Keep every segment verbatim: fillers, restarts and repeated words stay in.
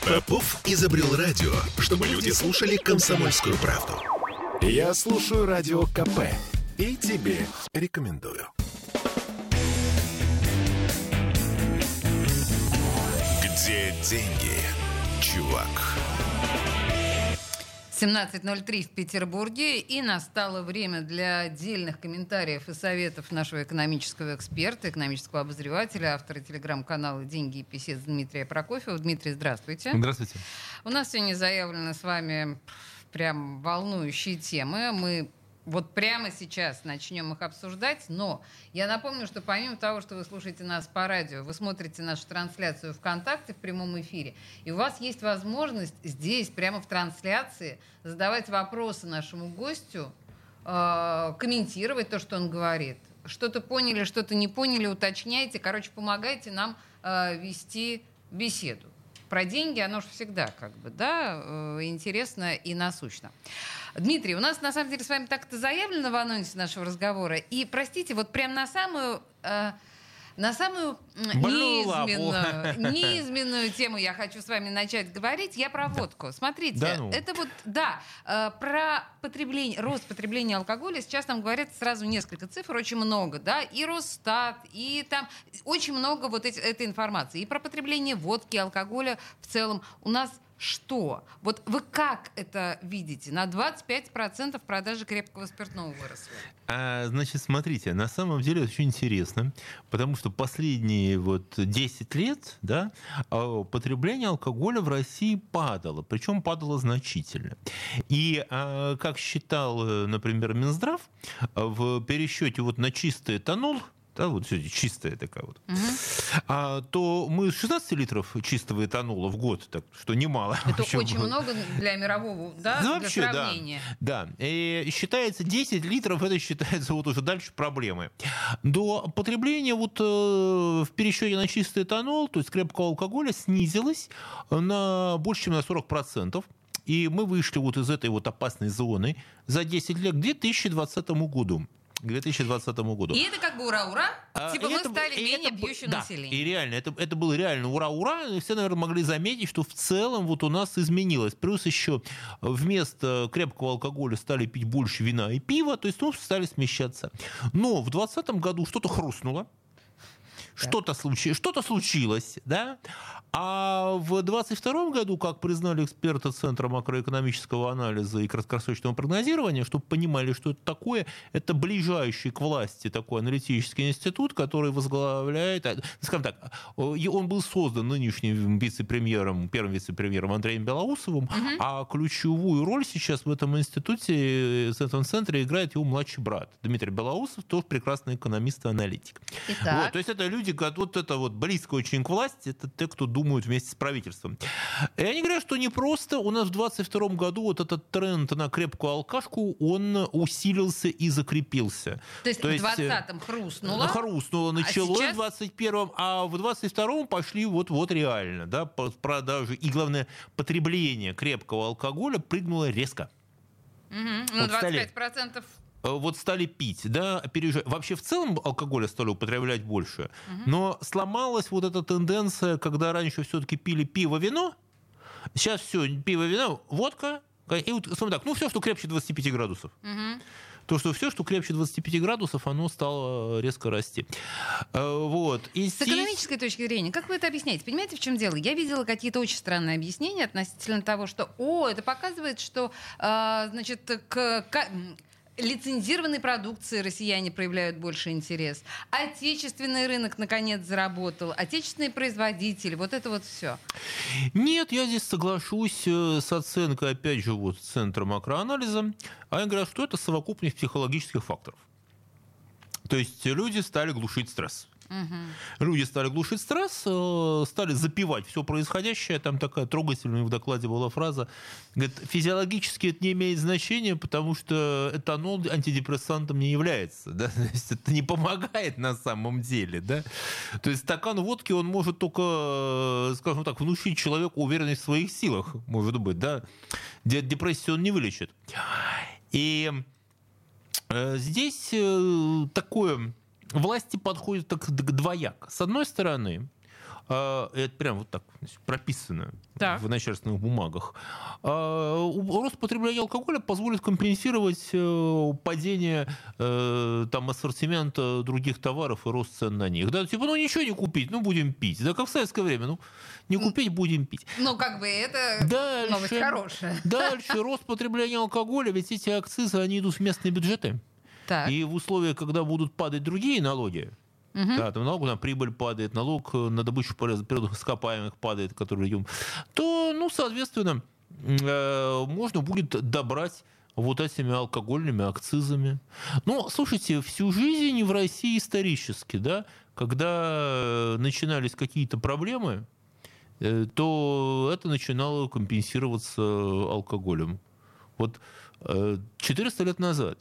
Попов изобрел радио, чтобы люди слушали комсомольскую правду. Я слушаю Радио КП и тебе рекомендую. Где деньги, чувак? семнадцать ноль три в Петербурге, и настало время для отдельных комментариев и советов нашего экономического эксперта, экономического обозревателя, автора телеграм-канала «Деньги и писец» Дмитрия Прокофьева. Дмитрий, здравствуйте. Здравствуйте. У нас сегодня заявлены с вами прям волнующие темы. Мы вот прямо сейчас начнем их обсуждать, но я напомню, что помимо того, что вы слушаете нас по радио, вы смотрите нашу трансляцию ВКонтакте в прямом эфире, и у вас есть возможность здесь, прямо в трансляции, задавать вопросы нашему гостю, э, комментировать то, что он говорит. Что-то поняли, что-то не поняли, уточняйте. Короче, помогайте нам э, вести беседу. Про деньги оно же всегда как бы, да, э, интересно и насущно. Дмитрий, у нас на самом деле с вами так-то заявлено в анонсе нашего разговора. И, простите, вот прям на самую, э, на самую неизменную, неизменную тему я хочу с вами начать говорить. Я про водку. Смотрите, да ну. это вот, да, э, про потребление, рост потребления алкоголя. Сейчас нам говорят сразу несколько цифр, очень много, да, и Росстат, и там очень много вот эти, этой информации. И про потребление водки, алкоголя в целом. У нас что? Вот вы как это видите? На двадцать пять процентов продажи крепкого спиртного выросли. А, значит, смотрите, на самом деле это очень интересно, потому что последние вот десять лет, да, потребление алкоголя в России падало, причем падало значительно. И, как считал, например, Минздрав, в пересчете вот на чистый этанол, да, вот чистая такая вот, угу. а, то мы шестнадцать литров чистого этанола в год, так что немало. Это очень много для мирового, да, да, для вообще, сравнения. Да, да. И считается десять литров, это считается вот уже дальше проблемы. До потребления вот э, в пересчете на чистый этанол, то есть крепкого алкоголя, снизилось на больше, чем на сорок процентов. И мы вышли вот из этой вот опасной зоны за десять лет к две тысячи двадцатому году. К две тысячи двадцатому году. И это как бы ура-ура? А, типа мы это, стали менее это, пьющим да, населением. И реально, это, это было реально ура-ура. И все, наверное, могли заметить, что в целом вот у нас изменилось. Плюс еще вместо крепкого алкоголя стали пить больше вина и пива, то есть ну, стали смещаться. Но в двадцатом году что-то хрустнуло. Что-то, случи... что-то случилось, да? А в двадцать втором году, как признали эксперты Центра макроэкономического анализа и краткосрочного прогнозирования, чтобы понимали, что это такое, это ближайший к власти такой аналитический институт, который возглавляет, скажем так, он был создан нынешним вице-премьером, первым вице-премьером Андреем Белоусовым, угу. а ключевую роль сейчас в этом институте, в этом центре играет его младший брат Дмитрий Белоусов, тоже прекрасный экономист и аналитик. Вот, то есть это люди, вот это вот близко очень к власти, это те, кто думают вместе с правительством. И они говорят, что не просто у нас в двадцать втором году вот этот тренд на крепкую алкашку, он усилился и закрепился. То есть, То есть в двадцатом хрустнуло? Хрустнуло, началось а сейчас... в двадцать первом, а в двадцать втором пошли вот-вот реально, да, продажи и, главное, потребление крепкого алкоголя прыгнуло резко. Угу. Ну, двадцать пять процентов вот стали пить, да, опережать. Вообще в целом алкоголя стали употреблять больше, угу. но сломалась вот эта тенденция, когда раньше все-таки пили пиво-вино, сейчас все, пиво-вино, водка, и вот, смотри так, ну все, что крепче двадцати пяти градусов. Угу. То, что все, что крепче двадцати пяти градусов, оно стало резко расти. Вот. И С здесь... экономической точки зрения, как вы это объясняете? Понимаете, в чем дело? Я видела какие-то очень странные объяснения относительно того, что, о, это показывает, что, э, значит, к... к... лицензированной продукции россияне проявляют больше интерес. Отечественный рынок, наконец, заработал. Отечественные производители. Вот это вот все. Нет, я здесь соглашусь с оценкой, опять же, вот Центра макроанализа. Они говорят, что это совокупность психологических факторов. То есть люди стали глушить стресс. Угу. Люди стали глушить стресс, стали запивать все происходящее. Там такая трогательная в докладе была фраза. Говорит, физиологически это не имеет значения, потому что этанол антидепрессантом не является. Да? То есть это не помогает на самом деле. Да? То есть стакан водки, он может только, скажем так, внушить человеку уверенность в своих силах. Может быть, да? Депрессию он не вылечит. И здесь такое... Власти подходят так двояко. С одной стороны, А, это прям вот так значит, прописано так. в начальственных бумагах. А, рост потребления алкоголя позволит компенсировать э, падение э, там, ассортимента других товаров и рост цен на них. Да, типа, ну ничего не купить, ну будем пить. Да, как в советское время, ну не купить, будем пить. Ну, как бы это дальше, новость хорошая. Дальше рост потребления алкоголя, ведь эти акцизы, они идут в местные бюджеты. Так. И в условиях, когда будут падать другие налоги, угу. да, там налог на прибыль падает, налог на добычу природных ископаемых падает, который идем, то, ну, соответственно, э, можно будет добрать вот этими алкогольными акцизами. Ну, слушайте, всю жизнь в России исторически, да, когда начинались какие-то проблемы, э, то это начинало компенсироваться алкоголем. Вот э, четыреста лет назад,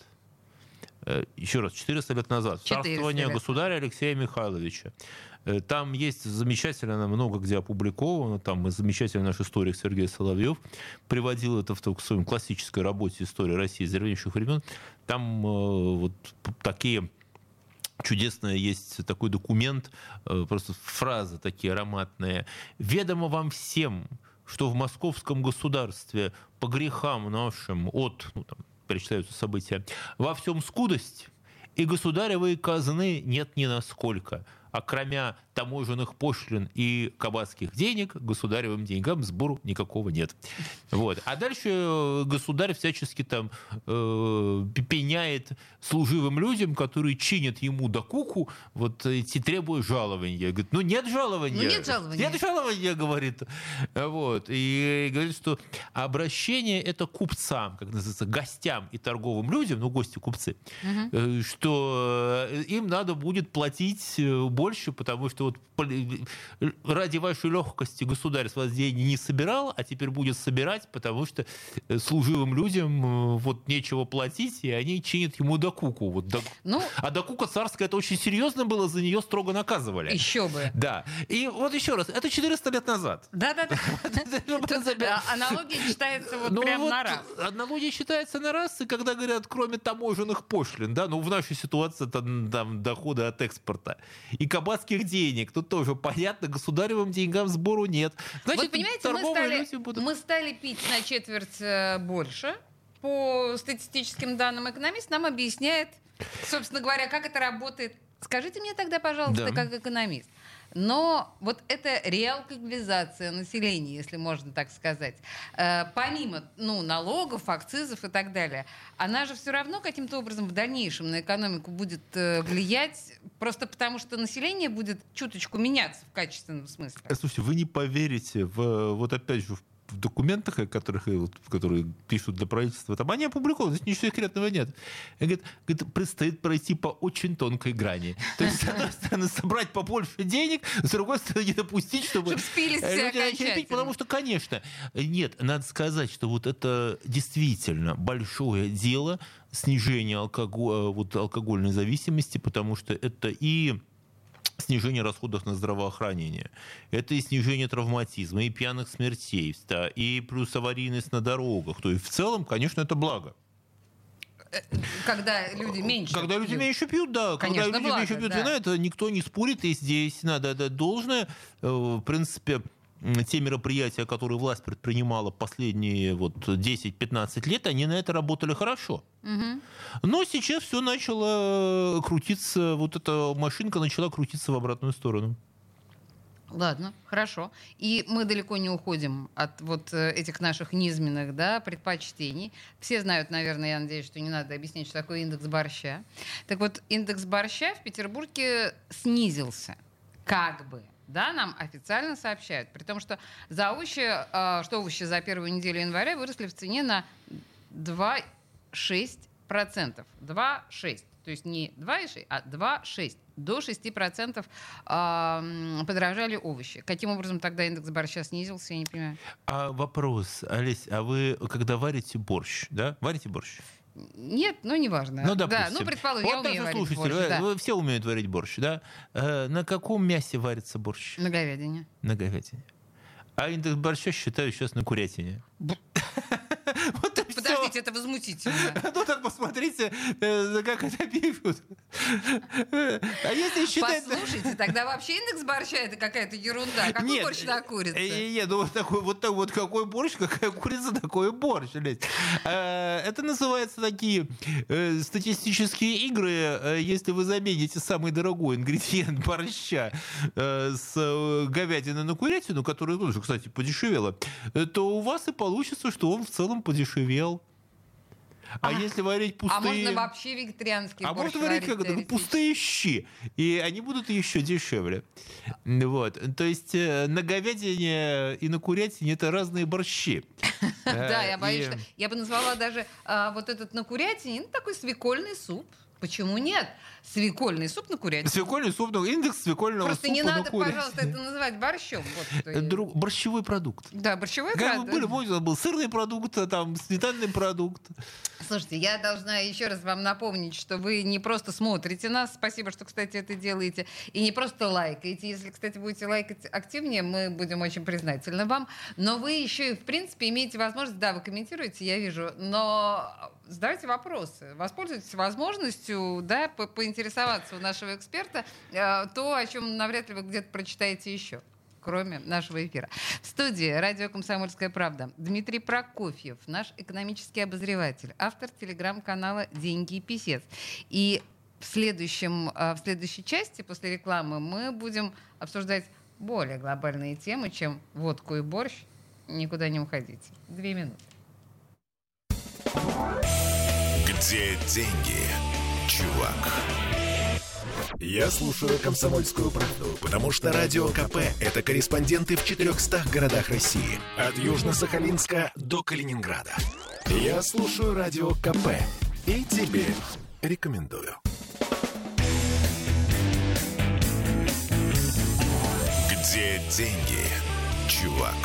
еще раз, четыреста лет назад, царствование государя Алексея Михайловича. Там есть замечательно, много где опубликовано, там замечательный наш историк Сергей Соловьев приводил это в своей классической работе «История России с древнейших времен». Там вот такие чудесные есть такой документ, просто фразы такие ароматные. «Ведомо вам всем, что в московском государстве по грехам нашим от...» ну, там, перечисляются события. «Во всем скудость, и государевой казны нет ни насколько, а кроме таможенных пошлин и кабацких денег, государевым деньгам сбору никакого нет». Вот. А дальше государь всячески там э, пеняет служивым людям, которые чинят ему докуку, вот эти требуя жалования. Говорит, ну нет жалования. Ну нет жалования. Нет жалования, говорит. Вот. И говорит, что обращение это купцам, как называется, гостям и торговым людям, ну гости купцы, угу. что им надо будет платить больше, потому что вот ради вашей легкости государь с вас деньги не собирал, а теперь будет собирать, потому что служивым людям вот нечего платить, и они чинят ему докуку. Вот док... ну, а докука царская, это очень серьезно было, за нее строго наказывали. Еще бы. Да. И вот еще раз, это четыреста лет назад. Да-да-да. Аналогия читается вот прям на раз. Аналогия читается на раз, и когда говорят, кроме таможенных пошлин, да, ну в нашей ситуации там доходы от экспорта и кабацких денег, тут тоже понятно, государевым деньгам сбору нет. Значит, вот понимаете, мы стали, будут... мы стали пить на четверть больше. По статистическим данным, экономист нам объясняет, собственно говоря, как это работает. Скажите мне тогда, пожалуйста, да. как экономист. Но вот эта реалкализация населения, если можно так сказать, э, помимо ну, налогов, акцизов и так далее, она же все равно каким-то образом в дальнейшем на экономику будет э, влиять, просто потому что население будет чуточку меняться в качественном смысле. Слушайте, вы не поверите в, вот опять же, в документах, которых, которые пишут для правительства, там они опубликованы, здесь ничего секретного нет. И говорит, говорит, предстоит пройти по очень тонкой грани. То есть, с одной стороны, собрать побольше денег, с другой стороны, не допустить, чтобы, чтобы спились все люди пить, потому что, конечно, нет, надо сказать, что вот это действительно большое дело снижения алкоголя, вот, алкогольной зависимости, потому что это и снижение расходов на здравоохранение, это и снижение травматизма, и пьяных смертей, да, и плюс аварийность на дорогах. То есть в целом, конечно, это благо. Когда люди меньше Когда пьют. люди меньше пьют, да. Конечно, Когда люди благо, меньше пьют да. вина, это никто не спорит, и здесь надо отдать должное. В принципе, те мероприятия, которые власть предпринимала последние вот, десять-пятнадцать лет, они на это работали хорошо. Угу. Но сейчас все начало крутиться, вот эта машинка начала крутиться в обратную сторону. Ладно, хорошо. И мы далеко не уходим от вот этих наших низменных, да, предпочтений. Все знают, наверное, я надеюсь, что не надо объяснять, что такое индекс борща. Так вот, индекс борща в Петербурге снизился. Как бы. Да, нам официально сообщают. При том, что за овощи, э, что овощи за первую неделю января выросли в цене на два целых шесть десятых процента. два целых шесть десятых. То есть не два целых шесть десятых, а два целых шесть десятых. До шести процентов э, подорожали овощи. Каким образом тогда индекс борща снизился, я не понимаю. А вопрос, Олесь, а вы когда варите борщ, да? Варите борщ? Нет, ну неважно. Ну, допустим. Да, ну, предположим, вот я умею варить слушайте, борщ. вы, Да. вы все умеют варить борщ, да? Э, на каком мясе варится борщ? На говядине. На говядине. А индекс борща считаю сейчас на курятине. Вот и подождите, это возмутительно. Ну так посмотрите, как это пишут. А если считать... Послушайте, тогда вообще индекс борща это какая-то ерунда. Какой нет, борщ на курице? Нет, ну вот такой вот, так вот какой борщ, какая курица, такой борщ. Это называется такие статистические игры. Если вы замените самый дорогой ингредиент борща с говядины на курятину, которая тоже, кстати, подешевела, то у вас и получится, что он в целом подешевел. А, а если варить пустые... А можно вообще вегетарианский а борщ можно варить как это? Пустые щи. И они будут еще дешевле. Вот. То есть на говядине и на курятине это разные борщи. Да, я боюсь, что... Я бы назвала даже вот этот на курятине такой свекольный суп. Почему нет? Свекольный суп на курятине. Свекольный суп, ну, индекс свекольного Просто супа не на надо, курятине. пожалуйста, это называть борщом. Вот, я... Друг, борщевой продукт. Да, борщевой как продукт. Были, помните, был сырный продукт, там, сметанный продукт. Слушайте, я должна еще раз вам напомнить, что вы не просто смотрите нас, спасибо, что, кстати, это делаете, и не просто лайкаете. Если, кстати, будете лайкать активнее, мы будем очень признательны вам. Но вы еще и, в принципе, имеете возможность, да, вы комментируете, я вижу, но задавайте вопросы, воспользуйтесь возможностью, да, по поинтересоваться у нашего эксперта э, то, о чем навряд ли вы где-то прочитаете еще, кроме нашего эфира. В студии радио «Комсомольская правда» Дмитрий Прокофьев, наш экономический обозреватель, автор телеграм-канала «Деньги и писец». И в, следующем, в следующей части, после рекламы, мы будем обсуждать более глобальные темы, чем водку и борщ. Никуда не уходите. Две минуты. Где деньги, чувак? Я слушаю «Комсомольскую правду», потому что Радио КП — это корреспонденты в четырехстах городах России. От Южно-Сахалинска до Калининграда. Я слушаю Радио КП и тебе рекомендую. Где деньги, чувак?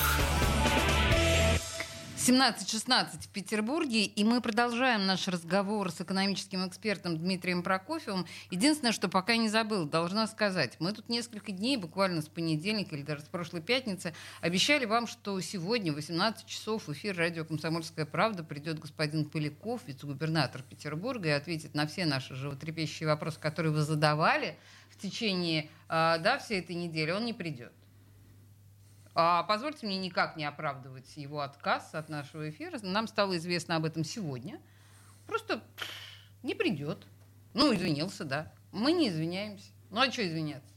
семнадцать шестнадцать в Петербурге, и мы продолжаем наш разговор с экономическим экспертом Дмитрием Прокофьевым. Единственное, что пока не забыл, должна сказать. Мы тут несколько дней, буквально с понедельника или даже с прошлой пятницы, обещали вам, что сегодня в восемнадцать часов в эфир радио «Комсомольская правда» придет господин Поляков, вице-губернатор Петербурга, и ответит на все наши животрепещущие вопросы, которые вы задавали в течение да, всей этой недели. Он не придет. А позвольте мне никак не оправдывать его отказ от нашего эфира. Нам стало известно об этом сегодня. Просто не придет. Ну, извинился, да. Мы не извиняемся. Ну, а что извиняться?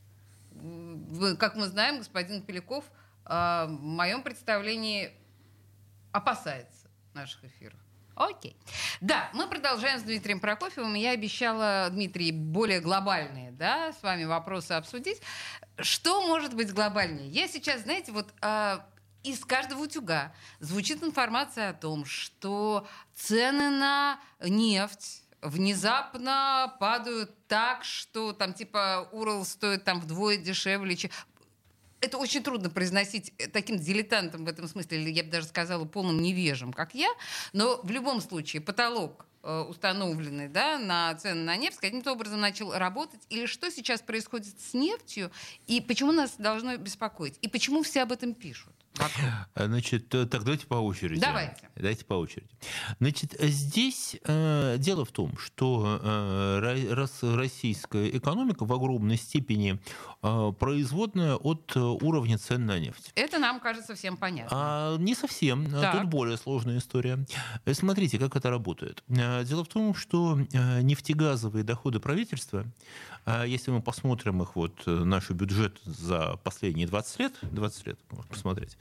Вы, как мы знаем, господин Поляков э, в моем представлении опасается наших эфиров. Окей. Да, мы продолжаем с Дмитрием Прокофьевым. Я обещала, Дмитрий, более глобальные, да, с вами вопросы обсудить. Что может быть глобальнее? Я сейчас, знаете, вот э, из каждого утюга звучит информация о том, что цены на нефть внезапно падают так, что там типа Урал стоит там вдвое дешевле, чем... Это очень трудно произносить таким дилетантом в этом смысле, или я бы даже сказала полным невежем, как я, но в любом случае потолок, э, установленный да, на цены на нефть, каким-то образом начал работать. Или что сейчас происходит с нефтью, и почему нас должно беспокоить, и почему все об этом пишут? Вокруг. Значит, так давайте по очереди. Давайте. Давайте по очереди. Значит, здесь э, дело в том, что э, раз российская экономика в огромной степени э, производная от уровня цен на нефть. Это нам кажется всем понятно. А, не совсем. Так. Тут более сложная история. Смотрите, как это работает. Дело в том, что нефтегазовые доходы правительства, если мы посмотрим их, вот, наш бюджет за последние двадцать лет, двадцать лет, можно посмотреть,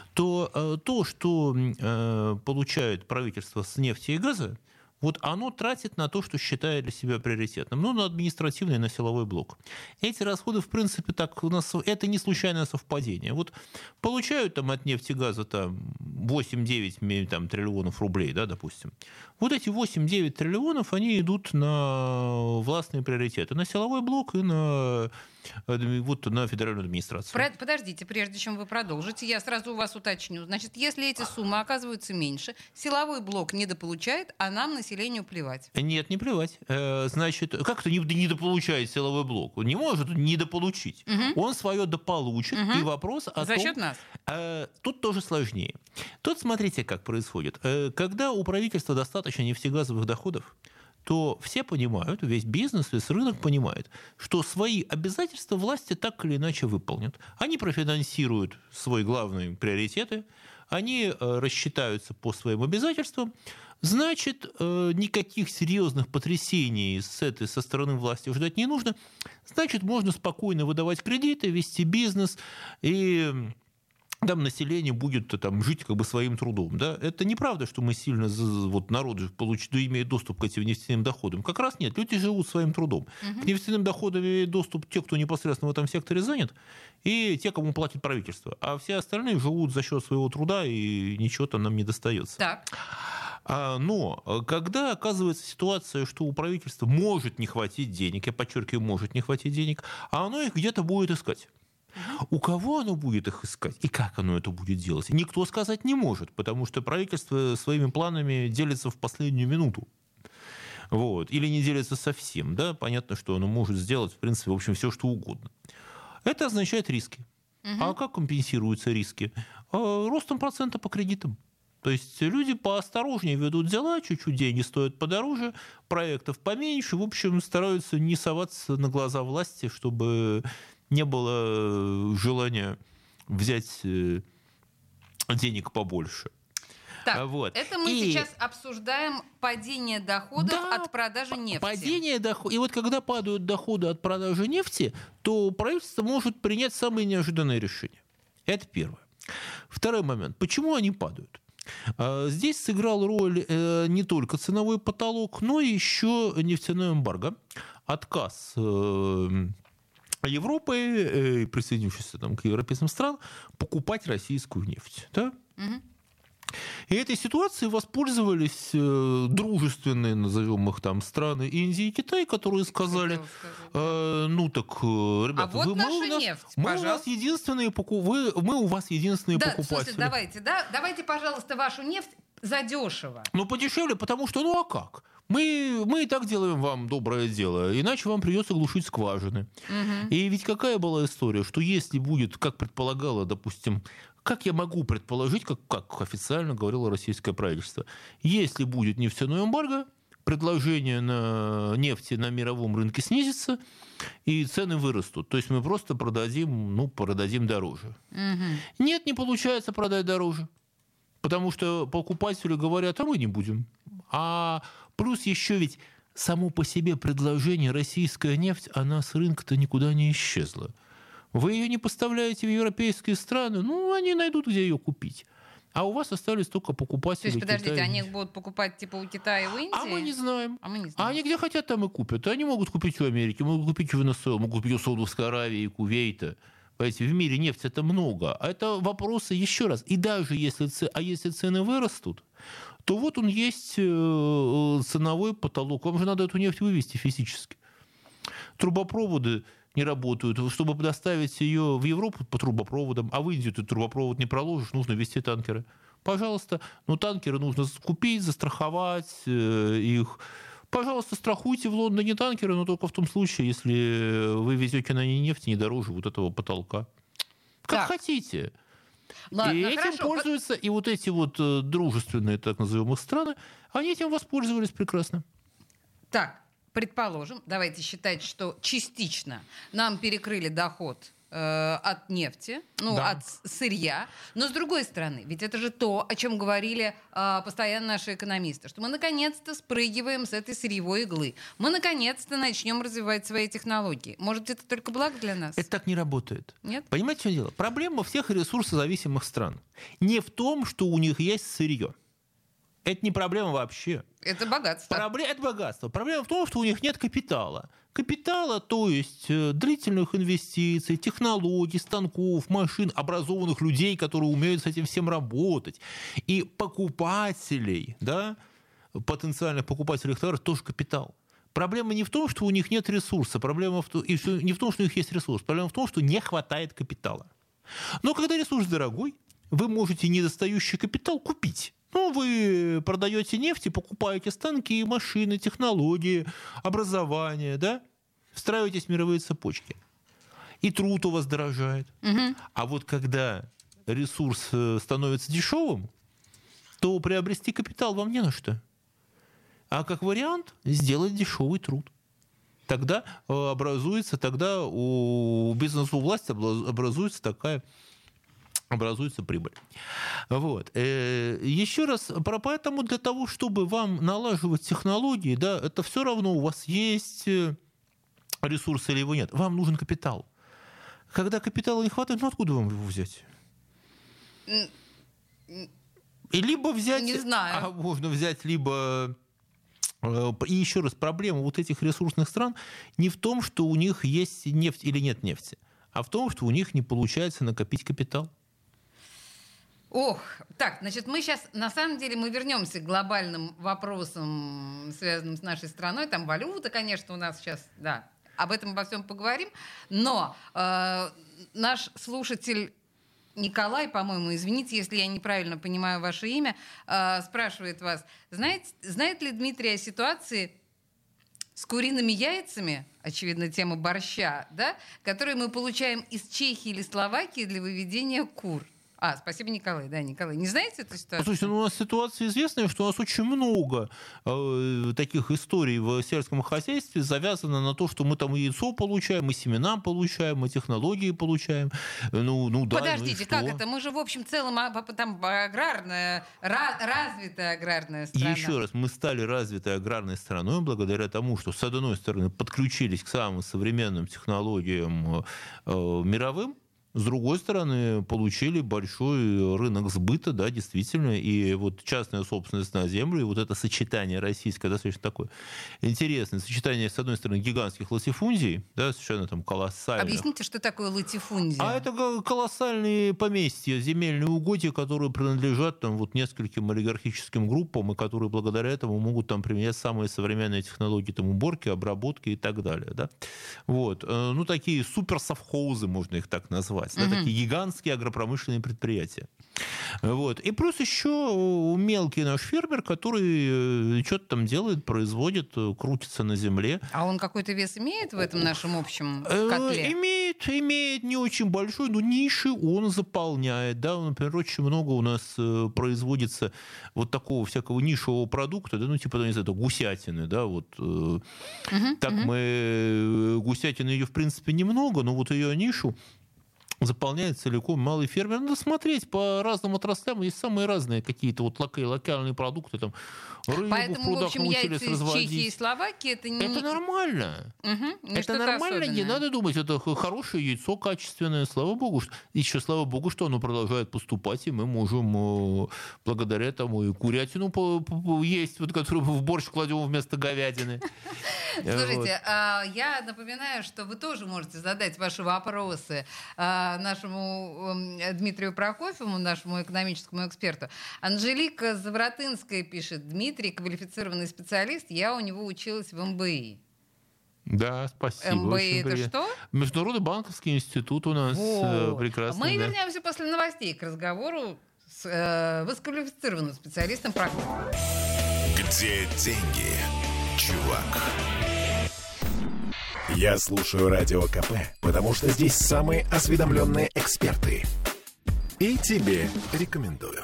то то, что получает правительство с нефти и газа, вот оно тратит на то, что считает для себя приоритетным. Ну, на административный, на силовой блок. Эти расходы, в принципе, так у нас это не случайное совпадение. Вот получают там от нефти и газа там восемь-девять там, триллионов рублей, да, допустим. Вот эти восемь-девять триллионов, они идут на властные приоритеты. На силовой блок и на, вот, на федеральную администрацию. Подождите, прежде чем вы продолжите, я сразу у вас уточню. Значит, если эти суммы оказываются меньше, силовой блок недополучает, а нам на населению плевать. Нет, не плевать. Значит, как это недополучает силовой блок? Он не может недополучить. Угу. Он свое дополучит. Угу. И вопрос о За том... счет нас. А тут тоже сложнее. Тут смотрите, как происходит. Когда у правительства достаточно нефтегазовых доходов, то все понимают, весь бизнес, весь рынок понимает, что свои обязательства власти так или иначе выполнят. Они профинансируют свои главные приоритеты, они рассчитаются по своим обязательствам, значит, никаких серьезных потрясений с этой, со стороны власти ждать не нужно, значит, можно спокойно выдавать кредиты, вести бизнес, и там население будет там, жить как бы своим трудом. Да? Это неправда, что мы сильно, вот, народ получит, имеет доступ к этим нефтяным доходам. Как раз нет, люди живут своим трудом. Угу. К нефтяным доходам имеют доступ те, кто непосредственно в этом секторе занят, и те, кому платит правительство. А все остальные живут за счет своего труда, и ничего там нам не достается. Так. Но когда оказывается ситуация, что у правительства может не хватить денег, я подчеркиваю, может не хватить денег, а оно их где-то будет искать. У кого оно будет их искать и как оно это будет делать, никто сказать не может, потому что правительство своими планами делится в последнюю минуту. Вот. Или не делится совсем. Да? Понятно, что оно может сделать, в принципе, в общем, все, что угодно. Это означает риски. Угу. А как компенсируются риски? Ростом процента по кредитам. То есть люди поосторожнее ведут дела, чуть-чуть деньги стоят подороже, проектов поменьше, в общем, стараются не соваться на глаза власти, чтобы не было желания взять денег побольше. Так, вот. Это мы и... сейчас обсуждаем падение доходов да, от продажи нефти. Падение доходов. И вот когда падают доходы от продажи нефти, то правительство может принять самые неожиданные решения. Это первое. Второй момент. Почему они падают? Здесь сыграл роль не только ценовой потолок, но и еще нефтяной эмбарго, отказ Европы, присоединившейся там, к европейским странам, покупать российскую нефть. Да? Угу. И этой ситуацией воспользовались э, дружественные, назовем их там, страны Индии и Китай, которые сказали, э, ну так, ребята, а вот вы, наша мы, у нас, нефть, мы, у вас единственные поку... вы, мы у вас единственные да, покупатели. Слушайте, давайте, да, давайте, пожалуйста, вашу нефть задешево. Ну, подешевле, потому что, ну а как? Мы, мы и так делаем вам доброе дело, иначе вам придется глушить скважины. Угу. И ведь какая была история, что если будет, как предполагало, допустим, как я могу предположить, как, как официально говорило российское правительство, если будет нефтяной эмбарго, предложение на нефти на мировом рынке снизится, и цены вырастут. То есть мы просто продадим, ну, продадим дороже. Угу. Нет, не получается продать дороже. Потому что покупатели говорят, а мы не будем. А плюс еще ведь само по себе предложение российская нефть, она с рынка-то никуда не исчезла. Вы ее не поставляете в европейские страны, ну, они найдут, где ее купить. А у вас остались только покупатели. То есть, подождите, Китая. они их будут покупать типа у Китая и у Индии? А мы не знаем. А мы не знаем. А они где хотят, там и купят. Они могут купить у Америки, могут купить у Венесуэлы, могут купить у Саудовской Аравии и Кувейта. Понимаете, в мире нефти это много. А это вопросы еще раз. И даже если, а если цены вырастут, то вот он есть ценовой потолок. Вам же надо эту нефть вывести физически. Трубопроводы не работают. Чтобы доставить ее в Европу по трубопроводам, а в Индию ты трубопровод не проложишь, нужно везти танкеры. Пожалуйста, но танкеры нужно купить, застраховать э, их. Пожалуйста, страхуйте в Лондоне танкеры, но только в том случае, если вы везете на ней нефть не дороже вот этого потолка. Как так. хотите. Ладно, и этим хорошо. пользуются и вот эти вот дружественные, так называемые, страны, они этим воспользовались прекрасно. Так, предположим, давайте считать, что частично нам перекрыли доход э, от нефти, ну, да. от сырья. Но с другой стороны, ведь это же то, о чем говорили э, постоянно наши экономисты, что мы наконец-то спрыгиваем с этой сырьевой иглы. Мы наконец-то начнем развивать свои технологии. Может, это только благо для нас? Это так не работает. Нет? Понимаете, в чем дело? Проблема всех ресурсозависимых стран не в том, что у них есть сырье. Это не проблема вообще. Это богатство. Пробле... Это богатство. Проблема в том, что у них нет капитала. Капитала, то есть длительных инвестиций, технологий, станков, машин, образованных людей, которые умеют с этим всем работать. И покупателей, да, потенциальных покупателей товаров тоже капитал. Проблема не в том, что у них нет ресурса. Проблема в том... И не в том, что у них есть ресурс. Проблема в том, что не хватает капитала. Но когда ресурс дорогой, вы можете недостающий капитал купить. Ну, вы продаете нефть и покупаете станки, машины, технологии, образование, да? Встраиваетесь в мировые цепочки. И труд у вас дорожает. Угу. А вот когда ресурс становится дешевым, то приобрести капитал вам не на что. А как вариант сделать дешевый труд. Тогда образуется, тогда у бизнеса, у власти образуется такая, образуется прибыль. Вот. Еще раз, поэтому для того, чтобы вам налаживать технологии, да, это все равно у вас есть ресурсы или его нет. Вам нужен капитал. Когда капитала не хватает, ну откуда вам его взять? И либо взять... Не знаю. А можно взять либо... И еще раз, проблема вот этих ресурсных стран не в том, что у них есть нефть или нет нефти, а в том, что у них не получается накопить капитал. Ох, так, значит, мы сейчас, на самом деле, мы вернемся к глобальным вопросам, связанным с нашей страной. Там валюта, конечно, у нас сейчас, да, об этом обо всем поговорим. Но э, наш слушатель Николай, по-моему, извините, если я неправильно понимаю ваше имя, э, спрашивает вас, знаете, знает ли Дмитрий о ситуации с куриными яйцами, очевидно, тема борща, да, которые мы получаем из Чехии или Словакии для выведения кур? А, спасибо, Николай. Да, Николай. Не знаете эту ситуацию? Слушайте, ну, у нас ситуация известная, что у нас очень много э, таких историй в сельском хозяйстве завязано на то, что мы там и яйцо получаем, и семена получаем, и технологии получаем. Ну, ну, да, Подождите, ну как это? Мы же, в общем, целом там аграрная, ра- развитая аграрная страна. Еще раз, мы стали развитой аграрной страной благодаря тому, что, с одной стороны, подключились к самым современным технологиям э, мировым, с другой стороны, получили большой рынок сбыта, да, действительно, и вот частная собственность на землю, и вот это сочетание российское, достаточно такое интересное, сочетание, с одной стороны, гигантских латифундий, да, совершенно там колоссальных. Объясните, что такое латифундия? А это колоссальные поместья, земельные угодья, которые принадлежат там вот нескольким олигархическим группам, и которые благодаря этому могут там применять самые современные технологии там уборки, обработки и так далее, да. Вот. Ну, такие суперсовхозы, можно их так назвать. Да, mm-hmm. Такие гигантские агропромышленные предприятия. Вот. И плюс еще мелкий наш фермер, который что-то там делает, производит, крутится на земле. А он какой-то вес имеет в этом нашем общем котле? Имеет, имеет не очень большой, но ниши он заполняет. Да? Например, очень много у нас производится вот такого всякого нишевого продукта, да? Ну, типа, не знаю, гусятины. Да? Вот. Uh-huh, так uh-huh. мы... Гусятины ее, в принципе, немного, но вот ее нишу заполняет целиком малый фермер. Надо смотреть по разным отраслям. Есть самые разные какие-то вот локальные продукты. Там, рыбу поэтому, в прудах в общем, научились яйца разводить. из Чехии и Словакии это не... Это нормально. Угу, не это нормально. Особенное. Не надо думать, это хорошее яйцо, качественное. Слава богу. Еще слава богу, что оно продолжает поступать, и мы можем благодаря этому и курятину есть, вот, которую мы в борщ кладем вместо говядины. Слушайте, я напоминаю, что вы тоже можете задать ваши вопросы нашему Дмитрию Прокофьеву, нашему экономическому эксперту. Анжелика Завратынская пишет: Дмитрий квалифицированный специалист, я у него училась в эм бэ и. Да, спасибо. эм бэ и это что? Международный банковский институт у нас вот. Прекрасный. Мы да. вернемся после новостей к разговору с э, высококвалифицированным специалистом Прокофьевым. Где деньги, чувак? Я слушаю Радио КП, потому что здесь самые осведомленные эксперты. И тебе рекомендую.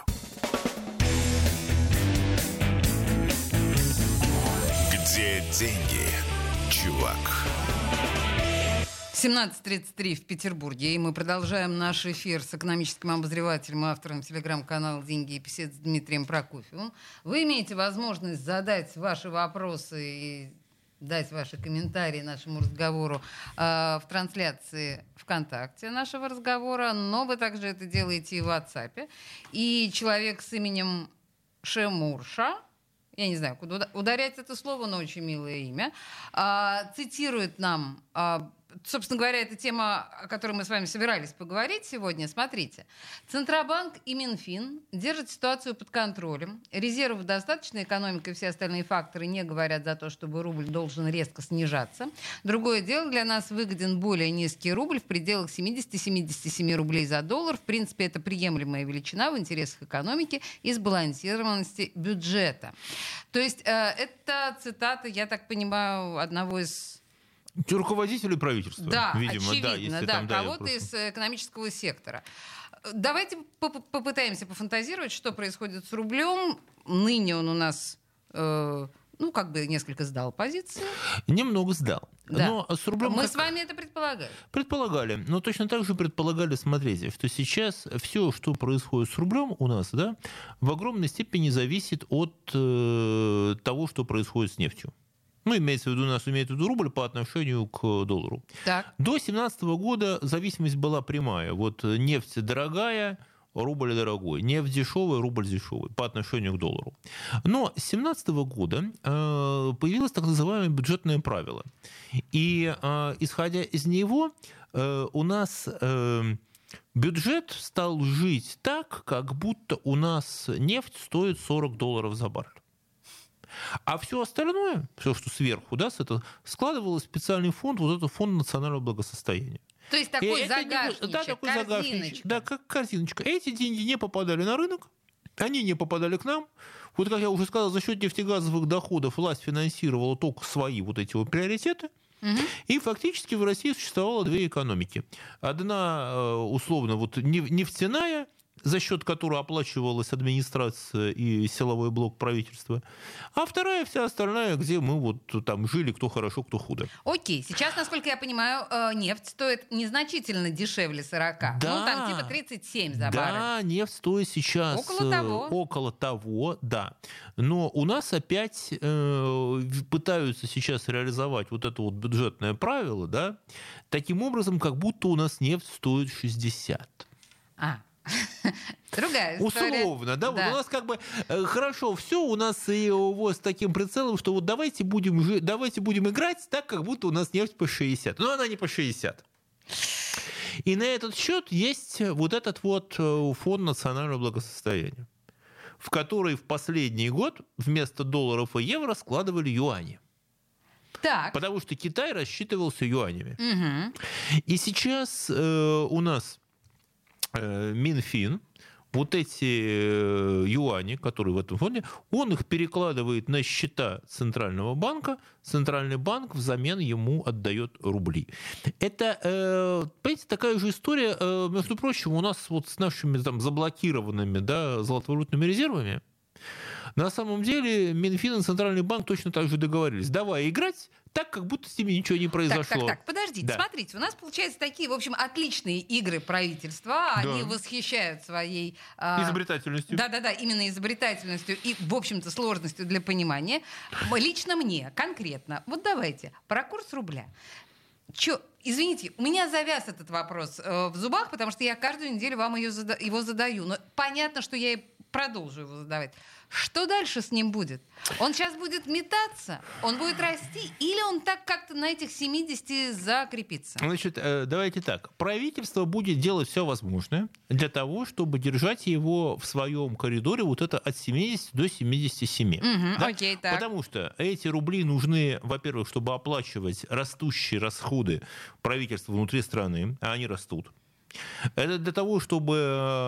Где деньги, чувак? семнадцать тридцать три в Петербурге, и мы продолжаем наш эфир с экономическим обозревателем и автором телеграм-канала «Деньги и беседы» с Дмитрием Прокофьевым. Вы имеете возможность задать ваши вопросы и дать ваши комментарии нашему разговору э, в трансляции ВКонтакте нашего разговора, но вы также это делаете и в WhatsApp. И человек с именем Шемурша, я не знаю, куда ударять это слово, но очень милое имя, э, цитирует нам... Э, Собственно говоря, это тема, о которой мы с вами собирались поговорить сегодня. Смотрите. Центробанк и Минфин держат ситуацию под контролем. Резервов достаточно, экономика и все остальные факторы не говорят за то, чтобы рубль должен резко снижаться. Другое дело, для нас выгоден более низкий рубль в пределах семьдесят-семьдесят семь рублей за доллар. В принципе, это приемлемая величина в интересах экономики и сбалансированности бюджета. То есть э, это цитата, я так понимаю, одного из... Руководителей правительства, да, видимо, очевидно, да, если да, там, да, кого-то просто... из экономического сектора. Давайте попытаемся пофантазировать, что происходит с рублем. Ныне он у нас, э, ну, как бы несколько сдал позиции. Немного сдал. Да. Но с рублем Мы как... с вами это предполагали. Предполагали. Но точно так же предполагали, смотрите, что сейчас все, что происходит с рублем у нас, да, в огромной степени зависит от э, того, что происходит с нефтью. Ну, имеется в виду, у нас имеется в виду рубль по отношению к доллару. Так. До две тысячи семнадцатого года зависимость была прямая. Вот нефть дорогая, рубль дорогой. Нефть дешевая, рубль дешевый по отношению к доллару. Но с две тысячи семнадцатого года э, появилось так называемое бюджетное правило. И э, исходя из него, э, у нас э, бюджет стал жить так, как будто у нас нефть стоит сорок долларов за баррель. А все остальное, все, что сверху, да, это складывалось в специальный фонд, вот этот фонд национального благосостояния. То есть такой И загашничек, это, да, такой корзиночка. загашничек, да, как корзиночка. Эти деньги не попадали на рынок, они не попадали к нам. Вот, как я уже сказал, за счет нефтегазовых доходов власть финансировала только свои вот эти вот приоритеты. Угу. И фактически в России существовало две экономики. Одна, условно, вот нефтяная, за счет которой оплачивалась администрация и силовой блок правительства, а вторая вся остальная, где мы вот там жили, кто хорошо, кто худо. Окей, сейчас, насколько я понимаю, нефть стоит незначительно дешевле сорока. Да, ну, там типа тридцать семь за баррель. Да, нефть стоит сейчас около того. Около того, да. Но у нас опять э, пытаются сейчас реализовать вот это вот бюджетное правило, да, таким образом, как будто у нас нефть стоит шестьдесят. А, другая история. Условно, да? Да. Вот у нас как бы э, хорошо все, у нас и его с таким прицелом, что вот давайте будем, жи- давайте будем играть так, как будто у нас нефть по шестьдесят. Но она не по шестьдесят. И на этот счет есть вот этот вот фонд национального благосостояния, в который в последний год вместо долларов и евро складывали юани. Так. Потому что Китай рассчитывался юанями. Угу. И сейчас э, у нас э, Минфин вот эти э, юани, которые в этом фонде, он их перекладывает на счета Центрального банка, Центральный банк взамен ему отдает рубли. Это, э, понимаете, такая же история, э, между прочим, у нас вот с нашими там заблокированными, да, золотовалютными резервами. На самом деле Минфин и Центральный банк точно так же договорились. Давай играть так, как будто с ними ничего не произошло. Так, так, так, подождите, да. Смотрите, у нас получаются такие, в общем, отличные игры правительства. Они да. восхищают своей... Изобретательностью. Да-да-да, именно изобретательностью и, в общем-то, сложностью для понимания. Лично мне, конкретно, вот давайте, про курс рубля. Чё, извините, у меня завяз этот вопрос э, в зубах, потому что я каждую неделю вам ее зада- его задаю. Но понятно, что я и продолжу его задавать. Что дальше с ним будет? Он сейчас будет метаться? Он будет расти? Или он так как-то на этих семидесяти закрепится? Значит, давайте так. Правительство будет делать все возможное для того, чтобы держать его в своем коридоре вот это от семидесяти до семидесяти семи. Угу, да? окей, так. Потому что эти рубли нужны, во-первых, чтобы оплачивать растущие расходы правительства внутри страны, а они растут. Это для того, чтобы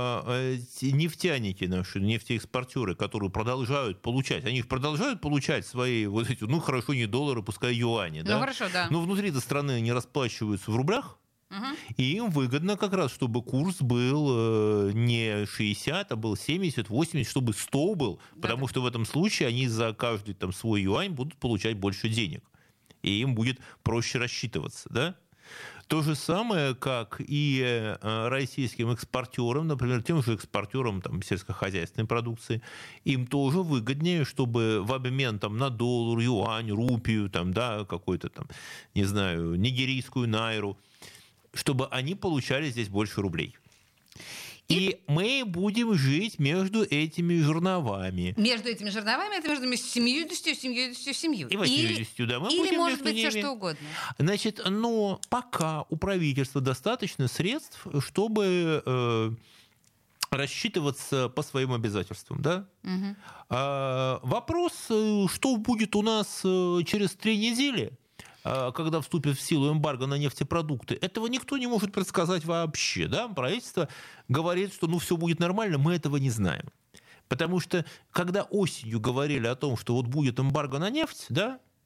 нефтяники наши, нефтеэкспортеры, которые продолжают получать, они продолжают получать свои вот эти, ну хорошо, не доллары, пускай юани, да? Ну хорошо, да. Но внутри этой страны они расплачиваются в рублях, угу. И им выгодно как раз, чтобы курс был не шестьдесят, а был семьдесят, восемьдесят, чтобы сто был, да, потому да. что в этом случае они за каждый там свой юань будут получать больше денег, и им будет проще рассчитываться, да? То же самое, как и российским экспортерам, например, тем же экспортерам там, сельскохозяйственной продукции, им тоже выгоднее, чтобы в обмен там, на доллар, юань, рупию, там, да, какой-то там, не знаю, нигерийскую найру, чтобы они получали здесь больше рублей. И... И мы будем жить между этими жерновами. Между этими жерновами, это между семьюдесятью, семьюдесятью, семью. И восьмидесятью, да. Мы Или будем может быть ними. Все что угодно. Значит, но пока у правительства достаточно средств, чтобы э, рассчитываться по своим обязательствам, да? Угу. А, вопрос, что будет у нас через три недели, когда вступит в силу эмбарго на нефтепродукты, этого никто не может предсказать вообще. Да? Правительство говорит, что ну, все будет нормально, мы этого не знаем. Потому что, когда осенью говорили о том, что вот будет эмбарго на нефть, да,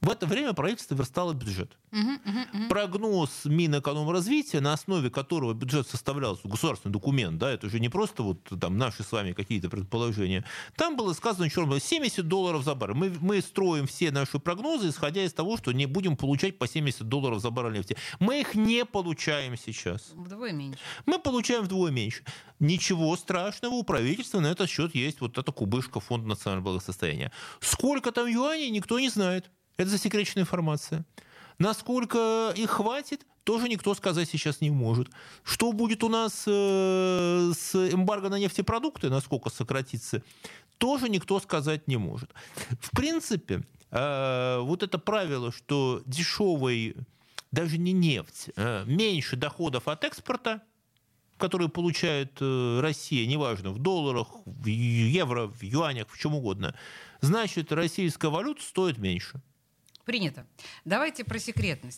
В это время правительство верстало бюджет. Угу, угу, угу. Прогноз Минэкономразвития, на основе которого бюджет составлялся, государственный документ, да, это же не просто вот там наши с вами какие-то предположения, там было сказано черно семьдесят долларов за баррель. Мы, мы строим все наши прогнозы, исходя из того, что не будем получать по семьдесят долларов за баррель нефти. Мы их не получаем сейчас. Вдвое меньше. Мы получаем вдвое меньше. Ничего страшного, у правительства на этот счет есть вот эта кубышка Фонда национального благосостояния. Сколько там юаней, никто не знает. Это засекреченная информация. Насколько их хватит, тоже никто сказать сейчас не может. Что будет у нас э, с эмбарго на нефтепродукты, насколько сократится, тоже никто сказать не может. В принципе, э, вот это правило, что дешевый, даже не нефть, э, меньше доходов от экспорта, которые получает э, Россия, неважно, в долларах, в евро, в юанях, в чем угодно, значит, российская валюта стоит меньше. Принято. Давайте про секретность.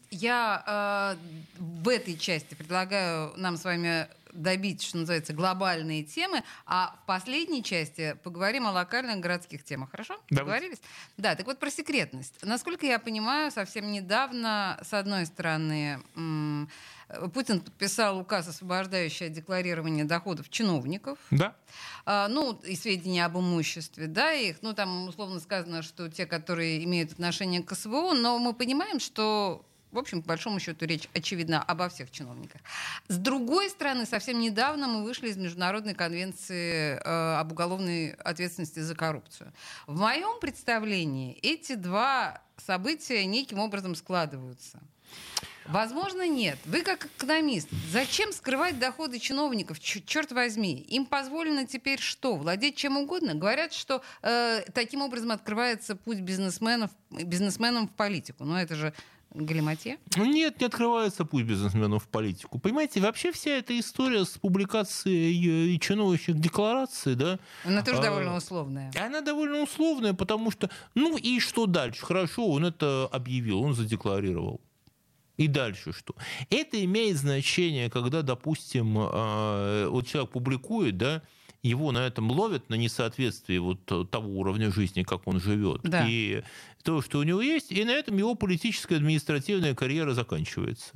Я э, в этой части предлагаю нам с вами добить, что называется, глобальные темы, а в последней части поговорим о локальных городских темах. Хорошо? Договорились? Да, так вот про секретность. Насколько я понимаю, совсем недавно, с одной стороны, м- Путин подписал указ, освобождающий от декларирования доходов чиновников. Да. А, ну, и сведения об имуществе, да, их, ну, там условно сказано, что те, которые имеют отношение к СВО, но мы понимаем, что, в общем, по большому счету, речь, очевидно, обо всех чиновниках. С другой стороны, совсем недавно мы вышли из Международной конвенции э, об уголовной ответственности за коррупцию. В моем представлении эти два события неким образом складываются. Возможно, нет. Вы как экономист, зачем скрывать доходы чиновников? Ч- черт возьми, им позволено теперь что? Владеть чем угодно? Говорят, что э, таким образом открывается путь бизнесменов, бизнесменам в политику. Но это же галиматье? Нет, не открывается путь бизнесменов в политику. Понимаете, вообще вся эта история с публикацией чиновничьих деклараций, да... Она тоже а, довольно условная. Она довольно условная, потому что... Ну и что дальше? Хорошо, он это объявил, он задекларировал. И дальше что? Это имеет значение, когда, допустим, вот человек публикует, да, его на этом ловят, на несоответствии вот того уровня жизни, как он живет, да. И то, что у него есть, и на этом его политическая административная карьера заканчивается.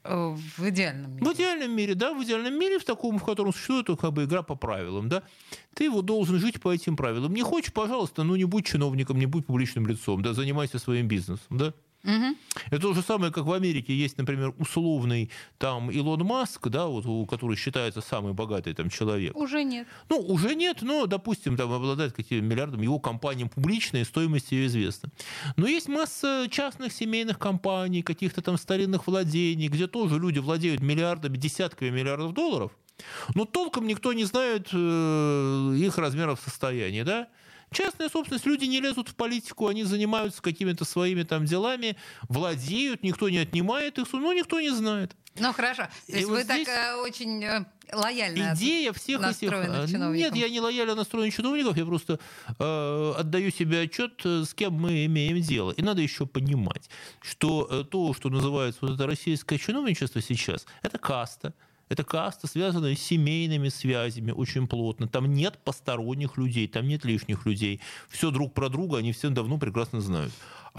В идеальном мире. В идеальном мире, да, в идеальном мире, в таком, в котором существует как бы игра по правилам, да. Ты вот должен жить по этим правилам. Не хочешь, пожалуйста, ну не будь чиновником, не будь публичным лицом, да, занимайся своим бизнесом, да. Угу. Это то же самое, как в Америке есть, например, условный там Илон Маск, да, вот, который считается самый богатый там человек. Уже нет. Ну, уже нет, но, допустим, там обладает каким-то миллиардом, его компания публичная, стоимость ее известна. Но есть масса частных семейных компаний, каких-то там старинных владений, где тоже люди владеют миллиардами, десятками миллиардов долларов, но толком никто не знает э, их размеров состояния, да. Частная собственность, люди не лезут в политику, они занимаются какими-то своими там делами, владеют, никто не отнимает их, но никто не знает. Ну хорошо, то есть И вы вот здесь так очень э, лояльно идея всех настроены этих... чиновников. Нет, я не лояльно настроен чиновников, я просто э, отдаю себе отчет, с кем мы имеем дело. И надо еще понимать, что э, то, что называется вот это российское чиновничество сейчас, это каста. Это каста, связанная с семейными связями очень плотно. Там нет посторонних людей, там нет лишних людей. Все друг про друга они все давно прекрасно знают.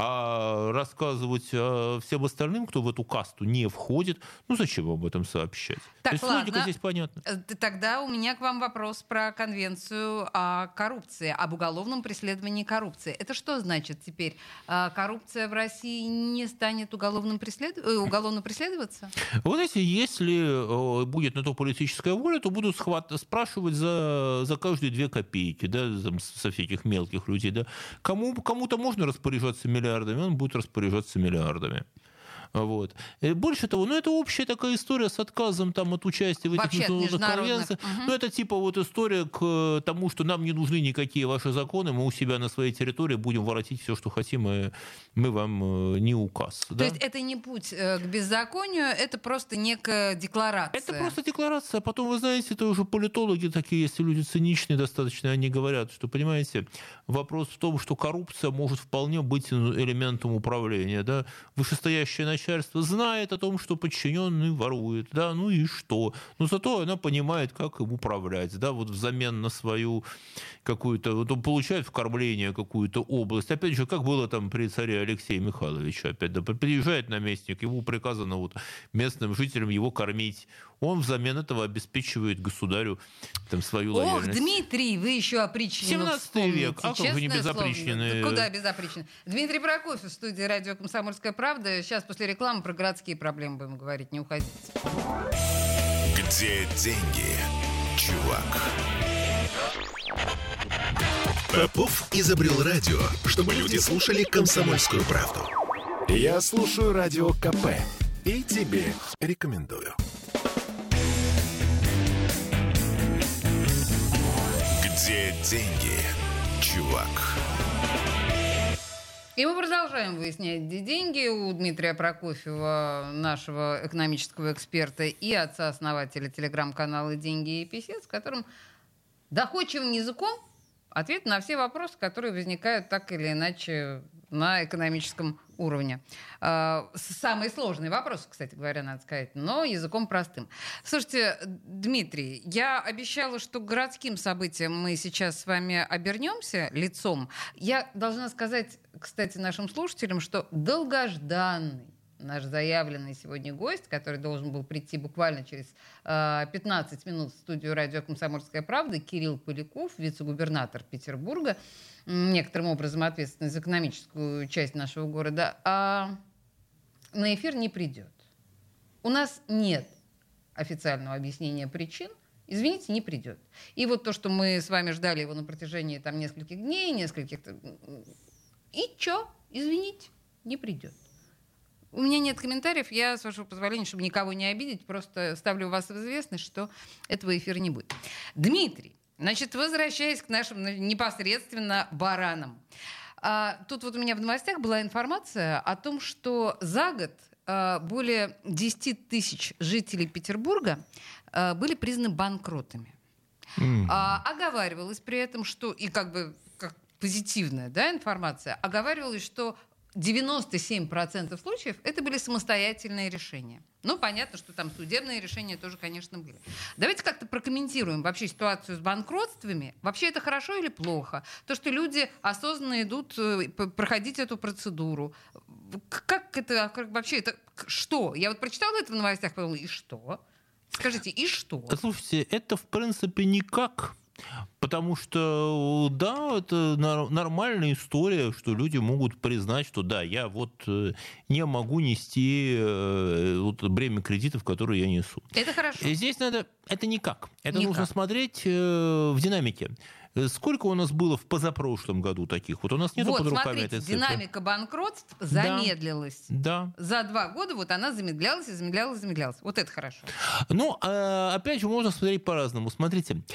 А рассказывать всем остальным, кто в эту касту не входит, ну зачем об этом сообщать? Так, То есть ладно. логика здесь понятна. Тогда у меня к вам вопрос про конвенцию о коррупции, об уголовном преследовании коррупции. Это что значит теперь? Коррупция в России не станет уголовным преслед... уголовно преследоваться? Вы знаете, если будет на то политическая воля, то будут схват... спрашивать за... за каждые две копейки, да, со всяких мелких людей. Да. Кому... Кому-то можно распоряжаться миллиардами, он будет распоряжаться миллиардами. Вот. И больше того, ну это общая такая история с отказом там, от участия в этих международных конвенциях. Угу. Ну это типа вот история к тому, что нам не нужны никакие ваши законы, мы у себя на своей территории будем воротить все, что хотим, и мы вам не указ. То да? есть это не путь к беззаконию, это просто некая декларация. Это просто декларация. Потом, вы знаете, это уже политологи такие, если люди циничные достаточно, они говорят, что, понимаете, вопрос в том, что коррупция может вполне быть элементом управления. Да? Вышестоящее начальство начальство знает о том, что подчиненный ворует, да, ну и что? Но зато она понимает, как им управлять, да, вот взамен на свою какую-то, вот он получает вкормление какую-то область. Опять же, как было там при царе Алексее Михайловиче, опять, да, приезжает наместник, ему приказано вот местным жителям его кормить. Он взамен этого обеспечивает государю там свою лояльность. Ох, Дмитрий, вы еще опричнину семнадцатый век, а как Честное вы не без слово. опричнины? Да куда без опричнины? Дмитрий Прокофьев в студии радио «Комсомольская правда». Сейчас после рекламы про городские проблемы будем говорить, не уходите. Где деньги, чувак? Попов изобрел радио, чтобы люди слушали «Комсомольскую правду». Я слушаю радио КП и тебе рекомендую. Где деньги, чувак? И мы продолжаем выяснять, где деньги у Дмитрия Прокофьева, нашего экономического эксперта и отца-основателя телеграм-канала «Деньги и писец», с которым доходчивым языком ответ на все вопросы, которые возникают так или иначе на экономическом уровне. Самые сложные вопросы, кстати говоря, надо сказать, но языком простым. Слушайте, Дмитрий, я обещала, что к городским событиям мы сейчас с вами обернемся лицом. Я должна сказать, кстати, нашим слушателям, что долгожданный наш заявленный сегодня гость, который должен был прийти буквально через э, пятнадцать минут в студию радио «Комсомольская правда», Кирилл Поляков, вице-губернатор Петербурга, некоторым образом ответственный за экономическую часть нашего города, а на эфир не придет. У нас нет официального объяснения причин. Извините, не придет. И вот то, что мы с вами ждали его на протяжении там, нескольких дней, нескольких... И чё? Извините, не придет. У меня нет комментариев. Я, с вашего позволения, чтобы никого не обидеть, просто ставлю вас в известность, что этого эфира не будет. Дмитрий, значит, возвращаясь к нашим непосредственно баранам. А, тут вот у меня в новостях была информация о том, что за год а, более десять тысяч жителей Петербурга а, были признаны банкротами. Mm. А, оговаривалось при этом, что, и как бы как позитивная, да, информация, оговаривалось, что девяносто семь процентов случаев это были самостоятельные решения. Ну, понятно, что там судебные решения тоже, конечно, были. Давайте как-то прокомментируем вообще ситуацию с банкротствами. Вообще это хорошо или плохо? То, что люди осознанно идут проходить эту процедуру. Как это как вообще? Это что? Я вот прочитала это в новостях, подумала, и что? Скажите, и что? Слушайте, это в принципе никак. Потому что, да, это нормальная история, что люди могут признать, что да, я вот не могу нести вот бремя кредитов, которые я несу. Это хорошо. Здесь надо... Это никак. Это никак. Нужно смотреть в динамике. Сколько у нас было в позапрошлом году таких? Вот у нас нету вот, под руками смотрите, этой цифры. Динамика банкротств замедлилась. Да. За два года вот она замедлялась и замедлялась, и замедлялась. Вот это хорошо. Ну, опять же, можно смотреть по-разному. Смотрите,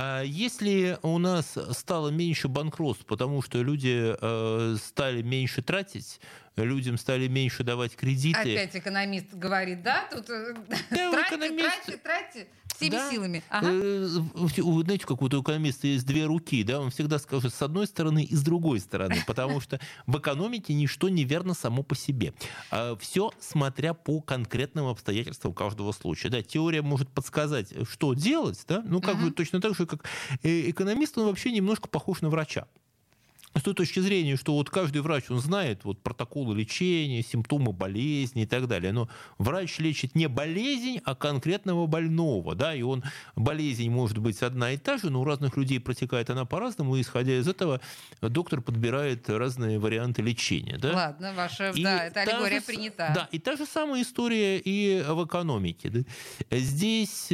если у нас стало меньше банкротств, потому что люди стали меньше тратить, людям стали меньше давать кредиты. Опять экономист говорит, да? Тут да, тратьте, экономист... тратьте, тратьте всеми да. силами. Ага. Вы знаете, как вот у экономиста есть две руки, да? Он всегда скажет с одной стороны и с другой стороны, потому что в экономике ничто не верно само по себе. Все смотря по конкретным обстоятельствам каждого случая. Да, теория может подсказать, что делать, да? Ну, как бы точно так же, как экономист, он вообще немножко похож на врача. С той точки зрения, что вот каждый врач, он знает вот протоколы лечения, симптомы болезни и так далее. Но врач лечит не болезнь, а конкретного больного. Да? И он, болезнь может быть одна и та же, но у разных людей протекает она по-разному. И исходя из этого, доктор подбирает разные варианты лечения. Да? Ладно, ваша и да, эта аллегория же, принята. Да, и та же самая история и в экономике. Да? Здесь,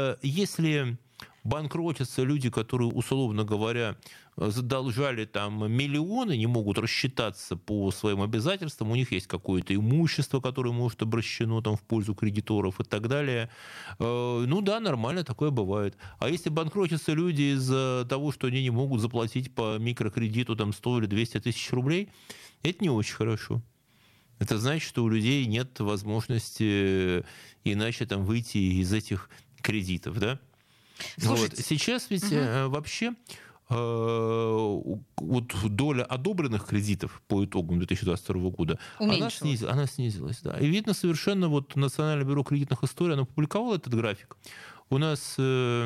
если банкротятся люди, которые, условно говоря, задолжали там миллионы, не могут рассчитаться по своим обязательствам, у них есть какое-то имущество, которое может обращено там, в пользу кредиторов и так далее. Ну да, нормально, такое бывает. А если банкротятся люди из-за того, что они не могут заплатить по микрокредиту там, сто или двести тысяч рублей, это не очень хорошо. Это значит, что у людей нет возможности иначе там, выйти из этих кредитов. Да? Вот. Сейчас ведь угу. вообще вот доля одобренных кредитов по итогам две тысячи двадцать второго года, она снизилась, она снизилась. Да. И видно совершенно, вот Национальное бюро кредитных историй, оно опубликовало этот график. У нас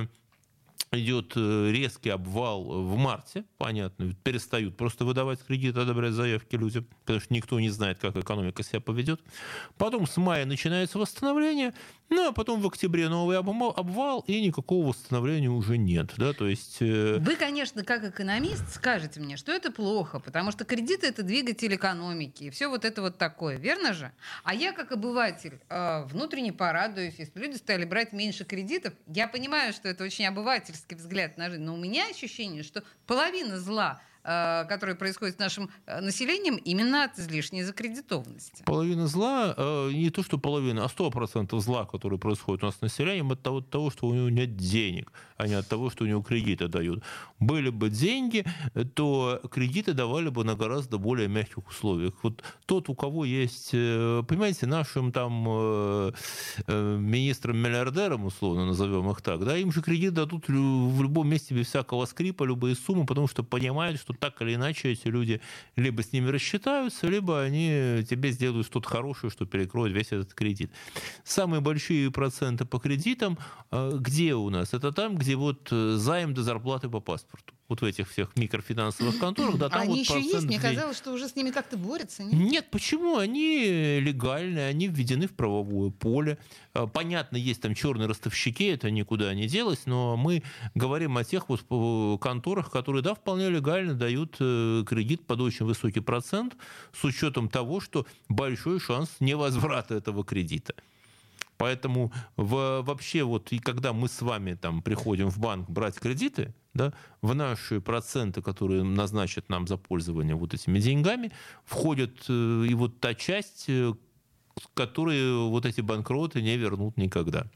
идет резкий обвал в марте, понятно, перестают просто выдавать кредиты, одобрять заявки людям, потому что никто не знает, как экономика себя поведет. Потом с мая начинается восстановление, ну а потом в октябре новый обвал, и никакого восстановления уже нет. Да? То есть, э... Вы, конечно, как экономист скажете мне, что это плохо, потому что кредиты — это двигатель экономики, и все вот это вот такое, верно же? А я, как обыватель, внутренне порадуюсь, если люди стали брать меньше кредитов. Я понимаю, что это очень обывательский взгляд на жизнь, но у меня ощущение, что половина зла, которое происходит с нашим населением, именно от излишней закредитованности. Половина зла, не то что половина, а сто процентов зла, которое происходит у нас с населением, от того, от того, что у него нет денег, а не от того, что у него кредиты дают. Были бы деньги, то кредиты давали бы на гораздо более мягких условиях. Вот тот, у кого есть, понимаете, нашим там министрам-миллиардерам, условно назовем их так, да, им же кредит дадут в любом месте без всякого скрипа, любые суммы, потому что понимают, что так или иначе эти люди либо с ними рассчитаются, либо они тебе сделают что-то хорошее, что перекроет весь этот кредит. Самые большие проценты по кредитам где у нас? Это там, где вот займ до зарплаты по паспорту. Вот в этих всех микрофинансовых конторах. Да, там они вот еще есть? Мне день... казалось, что уже с ними как-то борются. Нет? Нет, почему? Они легальные, они введены в правовое поле. Понятно, есть там черные ростовщики, это никуда не делось, но мы говорим о тех вот конторах, которые, да, вполне легально дают кредит под очень высокий процент с учетом того, что большой шанс невозврата этого кредита. Поэтому в, вообще, вот, и когда мы с вами там, приходим в банк брать кредиты, да, в наши проценты, которые назначат нам за пользование вот этими деньгами, входит э, и вот та часть, э, которую вот эти банкроты не вернут никогда.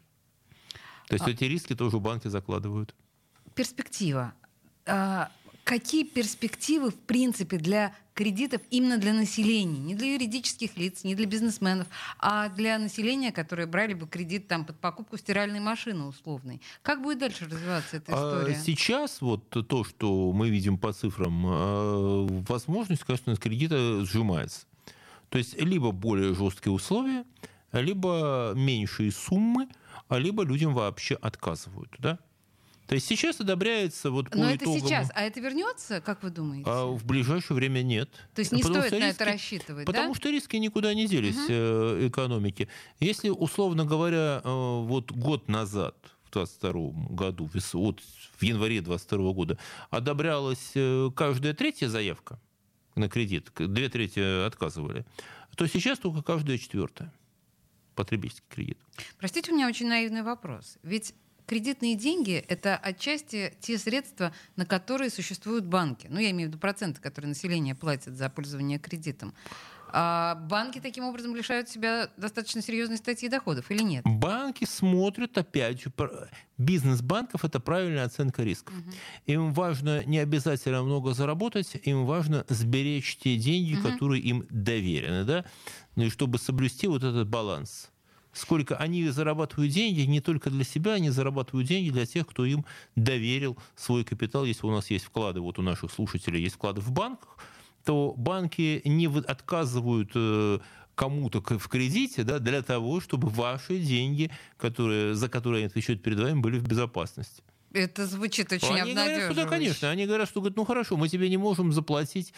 То есть а... эти риски тоже банки закладывают. Перспектива. А... Какие перспективы, в принципе, для кредитов именно для населения? Не для юридических лиц, не для бизнесменов, а для населения, которое брали бы кредит там, под покупку стиральной машины условной. Как будет дальше развиваться эта история? Сейчас вот то, что мы видим по цифрам, возможность, конечно, кредита сжимается. То есть либо более жесткие условия, либо меньшие суммы, либо людям вообще отказывают, да? То есть сейчас одобряется вот по Но итогам... это сейчас. А это вернется, как вы думаете? А в ближайшее время нет. То есть не потому стоит на риски, это рассчитывать, потому да? что риски никуда не делись угу. экономики. Если, условно говоря, вот год назад, в двадцать втором году, вот в январе двадцать второго года, одобрялась каждая третья заявка на кредит, две трети отказывали, то сейчас только каждая четвертая потребительский кредит. Простите, у меня очень наивный вопрос. Ведь кредитные деньги — это отчасти те средства, на которые существуют банки. Ну, я имею в виду проценты, которые население платит за пользование кредитом. А банки таким образом лишают себя достаточно серьезной статьи доходов или нет? Банки смотрят, опять же, бизнес банков — это правильная оценка рисков. Угу. Им важно не обязательно много заработать, им важно сберечь те деньги, угу. которые им доверены, да? Ну и чтобы соблюсти вот этот баланс. Сколько они зарабатывают деньги не только для себя, они зарабатывают деньги для тех, кто им доверил свой капитал. Если у нас есть вклады, вот у наших слушателей есть вклады в банках, то банки не отказывают кому-то в кредите, да, для того, чтобы ваши деньги, которые, за которые они отвечают перед вами, были в безопасности. Это звучит очень они обнадеживающе. Говорят, что, да, конечно. Они говорят, что говорят, ну хорошо, мы тебе не можем заплатить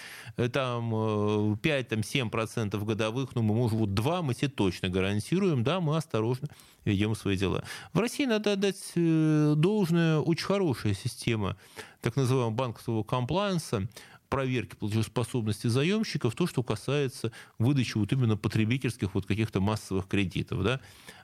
там, пять-семь процентов годовых, но мы можем вот два, мы тебе точно гарантируем, да, мы осторожно ведем свои дела. В России, надо отдать должное, очень хорошая система так называемого банковского комплаенса, проверки платежеспособности заемщиков, то, что касается выдачи вот именно потребительских вот каких-то массовых кредитов. Да?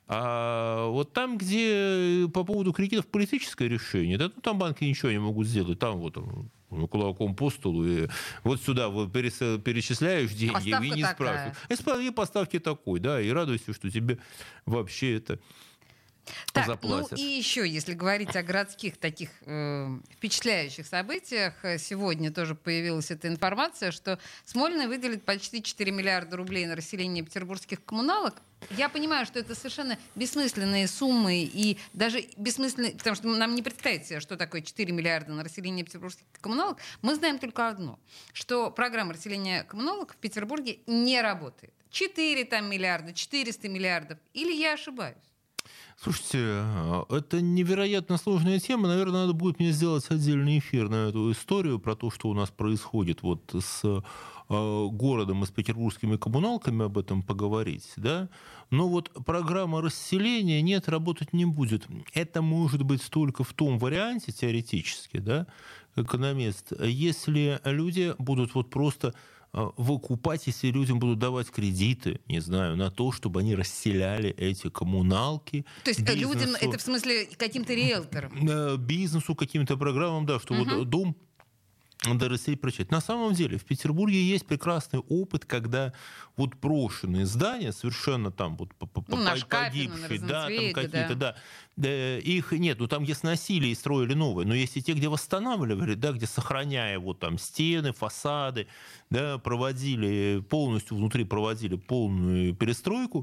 А вот там, где по поводу кредитов политическое решение, да, ну, там банки ничего не могут сделать. Там вот ну, кулаком по столу, и вот сюда вот перечисляешь деньги, поставка и не такая. спрашиваешь. И поставки такой, да, и радуйся, что тебе вообще это... Так, заплатят. Ну и еще, если говорить о городских таких э, впечатляющих событиях, сегодня тоже появилась эта информация, что Смольный выделит почти четыре миллиарда рублей на расселение петербургских коммуналок. Я понимаю, что это совершенно бессмысленные суммы и даже бессмысленные, потому что нам не представить себе, что такое четыре миллиарда на расселение петербургских коммуналок. Мы знаем только одно, что программа расселения коммуналок в Петербурге не работает. четыре там миллиарда, четыреста миллиардов. Или я ошибаюсь? Слушайте, это невероятно сложная тема. Наверное, надо будет мне сделать отдельный эфир на эту историю про то, что у нас происходит вот с э, городом и с петербургскими коммуналками, об этом поговорить. Да? Но вот программа расселения нет, работать не будет. Это может быть только в том варианте, теоретически, да, экономист, если люди будут вот просто выкупать, если людям будут давать кредиты, не знаю, на то, чтобы они расселяли эти коммуналки. То есть бизнесу, людям, это в смысле каким-то риэлторам? Бизнесу, каким-то программам, да, что uh-huh. вот дом надо расселить, прочее. На самом деле в Петербурге есть прекрасный опыт, когда вот брошенные здания, совершенно там вот ну, погибшие, да, там какие-то, да. да, их нет, ну там, где сносили и строили новые, но есть и те, где восстанавливали, да, где, сохраняя вот там стены, фасады, да, проводили полностью, внутри проводили полную перестройку,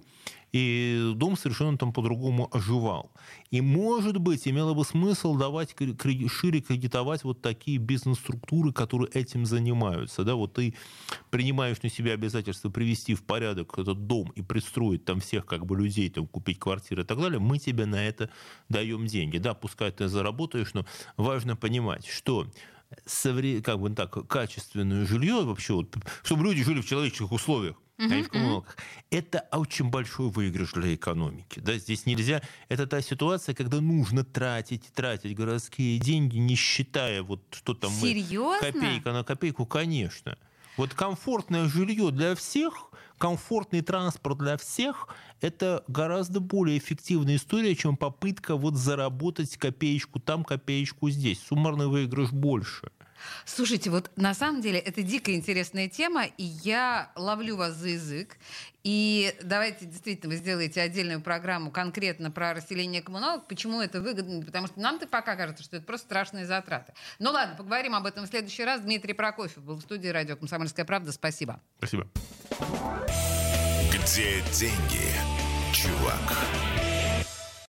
и дом совершенно там по-другому оживал. И, может быть, имело бы смысл давать шире кредитовать вот такие бизнес-структуры, которые этим занимаются. Да? Вот ты принимаешь на себя обязательство привести в порядок этот дом и пристроить там всех как бы людей, там, купить квартиры и так далее, мы тебе на это даем деньги. Да, пускай ты заработаешь, но важно понимать, что как бы так, качественное жилье вообще, вот, чтобы люди жили в человеческих условиях, Uh-huh, а не в коммуналках. Uh-huh. Это очень большой выигрыш для экономики. Да? Здесь нельзя... Это та ситуация, когда нужно тратить, тратить городские деньги, не считая, вот, что там Серьезно? мы... Копейка на копейку, конечно. Вот комфортное жилье для всех, комфортный транспорт для всех – это гораздо более эффективная история, чем попытка вот заработать копеечку там, копеечку здесь. Суммарный выигрыш больше. Слушайте, вот на самом деле это дико интересная тема, и я ловлю вас за язык. И давайте действительно вы сделаете отдельную программу конкретно про расселение коммуналок. Почему это выгодно? Потому что нам-то пока кажется, что это просто страшные затраты. Ну ладно, поговорим об этом в следующий раз. Дмитрий Прокофьев был в студии радио «Комсомольская правда». Спасибо. Спасибо. Где деньги, чувак?